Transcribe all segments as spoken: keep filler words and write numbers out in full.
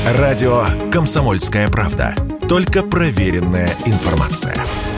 Радио «Комсомольская правда». Только проверенная информация.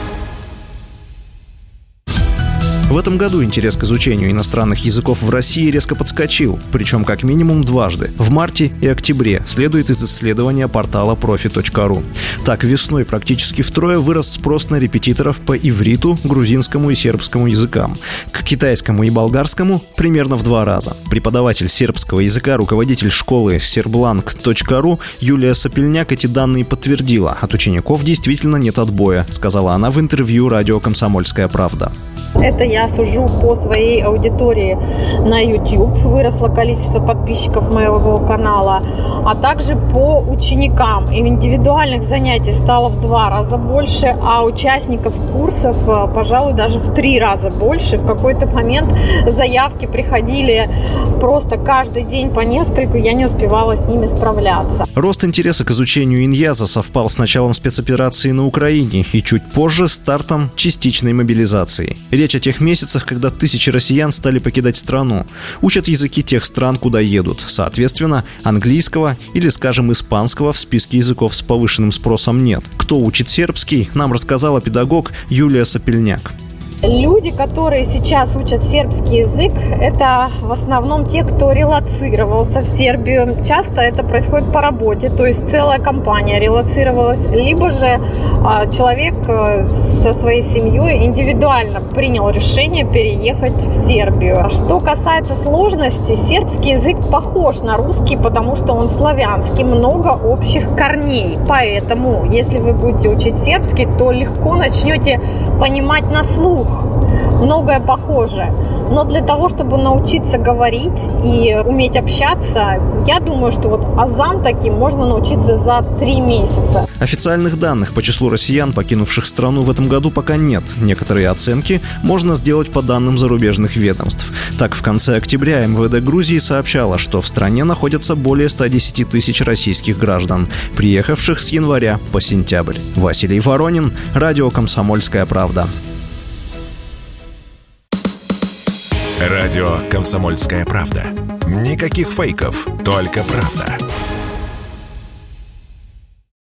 В этом году интерес к изучению иностранных языков в России резко подскочил, причем как минимум дважды – в марте и октябре, следует из исследования портала профи точка ру. Так, весной практически втрое вырос спрос на репетиторов по ивриту, грузинскому и сербскому языкам. К китайскому и болгарскому – примерно в два раза. Преподаватель сербского языка, руководитель школы сербланг точка ру Юлия Сапельняк эти данные подтвердила. От учеников действительно нет отбоя, сказала она в интервью радио «Комсомольская правда». Это я сужу по своей аудитории на YouTube. Выросло количество подписчиков моего канала, а также по ученикам. И индивидуальных занятий стало в два раза больше, а участников курсов, пожалуй, даже в три раза больше. В какой-то момент заявки приходили просто каждый день по нескольку, я не успевала с ними справляться. Рост интереса к изучению иньяза совпал с началом спецоперации на Украине и чуть позже стартом частичной мобилизации. Речь о тех месяцах, когда тысячи россиян стали покидать страну. Учат языки тех стран, куда едут. Соответственно, английского или, скажем, испанского в списке языков с повышенным спросом нет. Кто учит сербский, нам рассказала педагог Юлия Сапельняк. Люди, которые сейчас учат сербский язык, это в основном те, кто релоцировался в Сербию. Часто это происходит по работе, то есть целая компания релоцировалась. Либо же а, человек со своей семьей индивидуально принял решение переехать в Сербию. Что касается сложности, сербский язык похож на русский, потому что он славянский, много общих корней. Поэтому, если вы будете учить сербский, то легко начнете понимать на слух. Многое похоже. Но для того, чтобы научиться говорить и уметь общаться, я думаю, что вот азам таким можно научиться за три месяца. Официальных данных по числу россиян, покинувших страну в этом году, пока нет. Некоторые оценки можно сделать по данным зарубежных ведомств. Так, в конце октября эм вэ дэ Грузии сообщало, что в стране находятся более ста десяти тысяч российских граждан, приехавших с января по сентябрь. Василий Воронин, радио «Комсомольская правда». Радио «Комсомольская правда». Никаких фейков, только правда.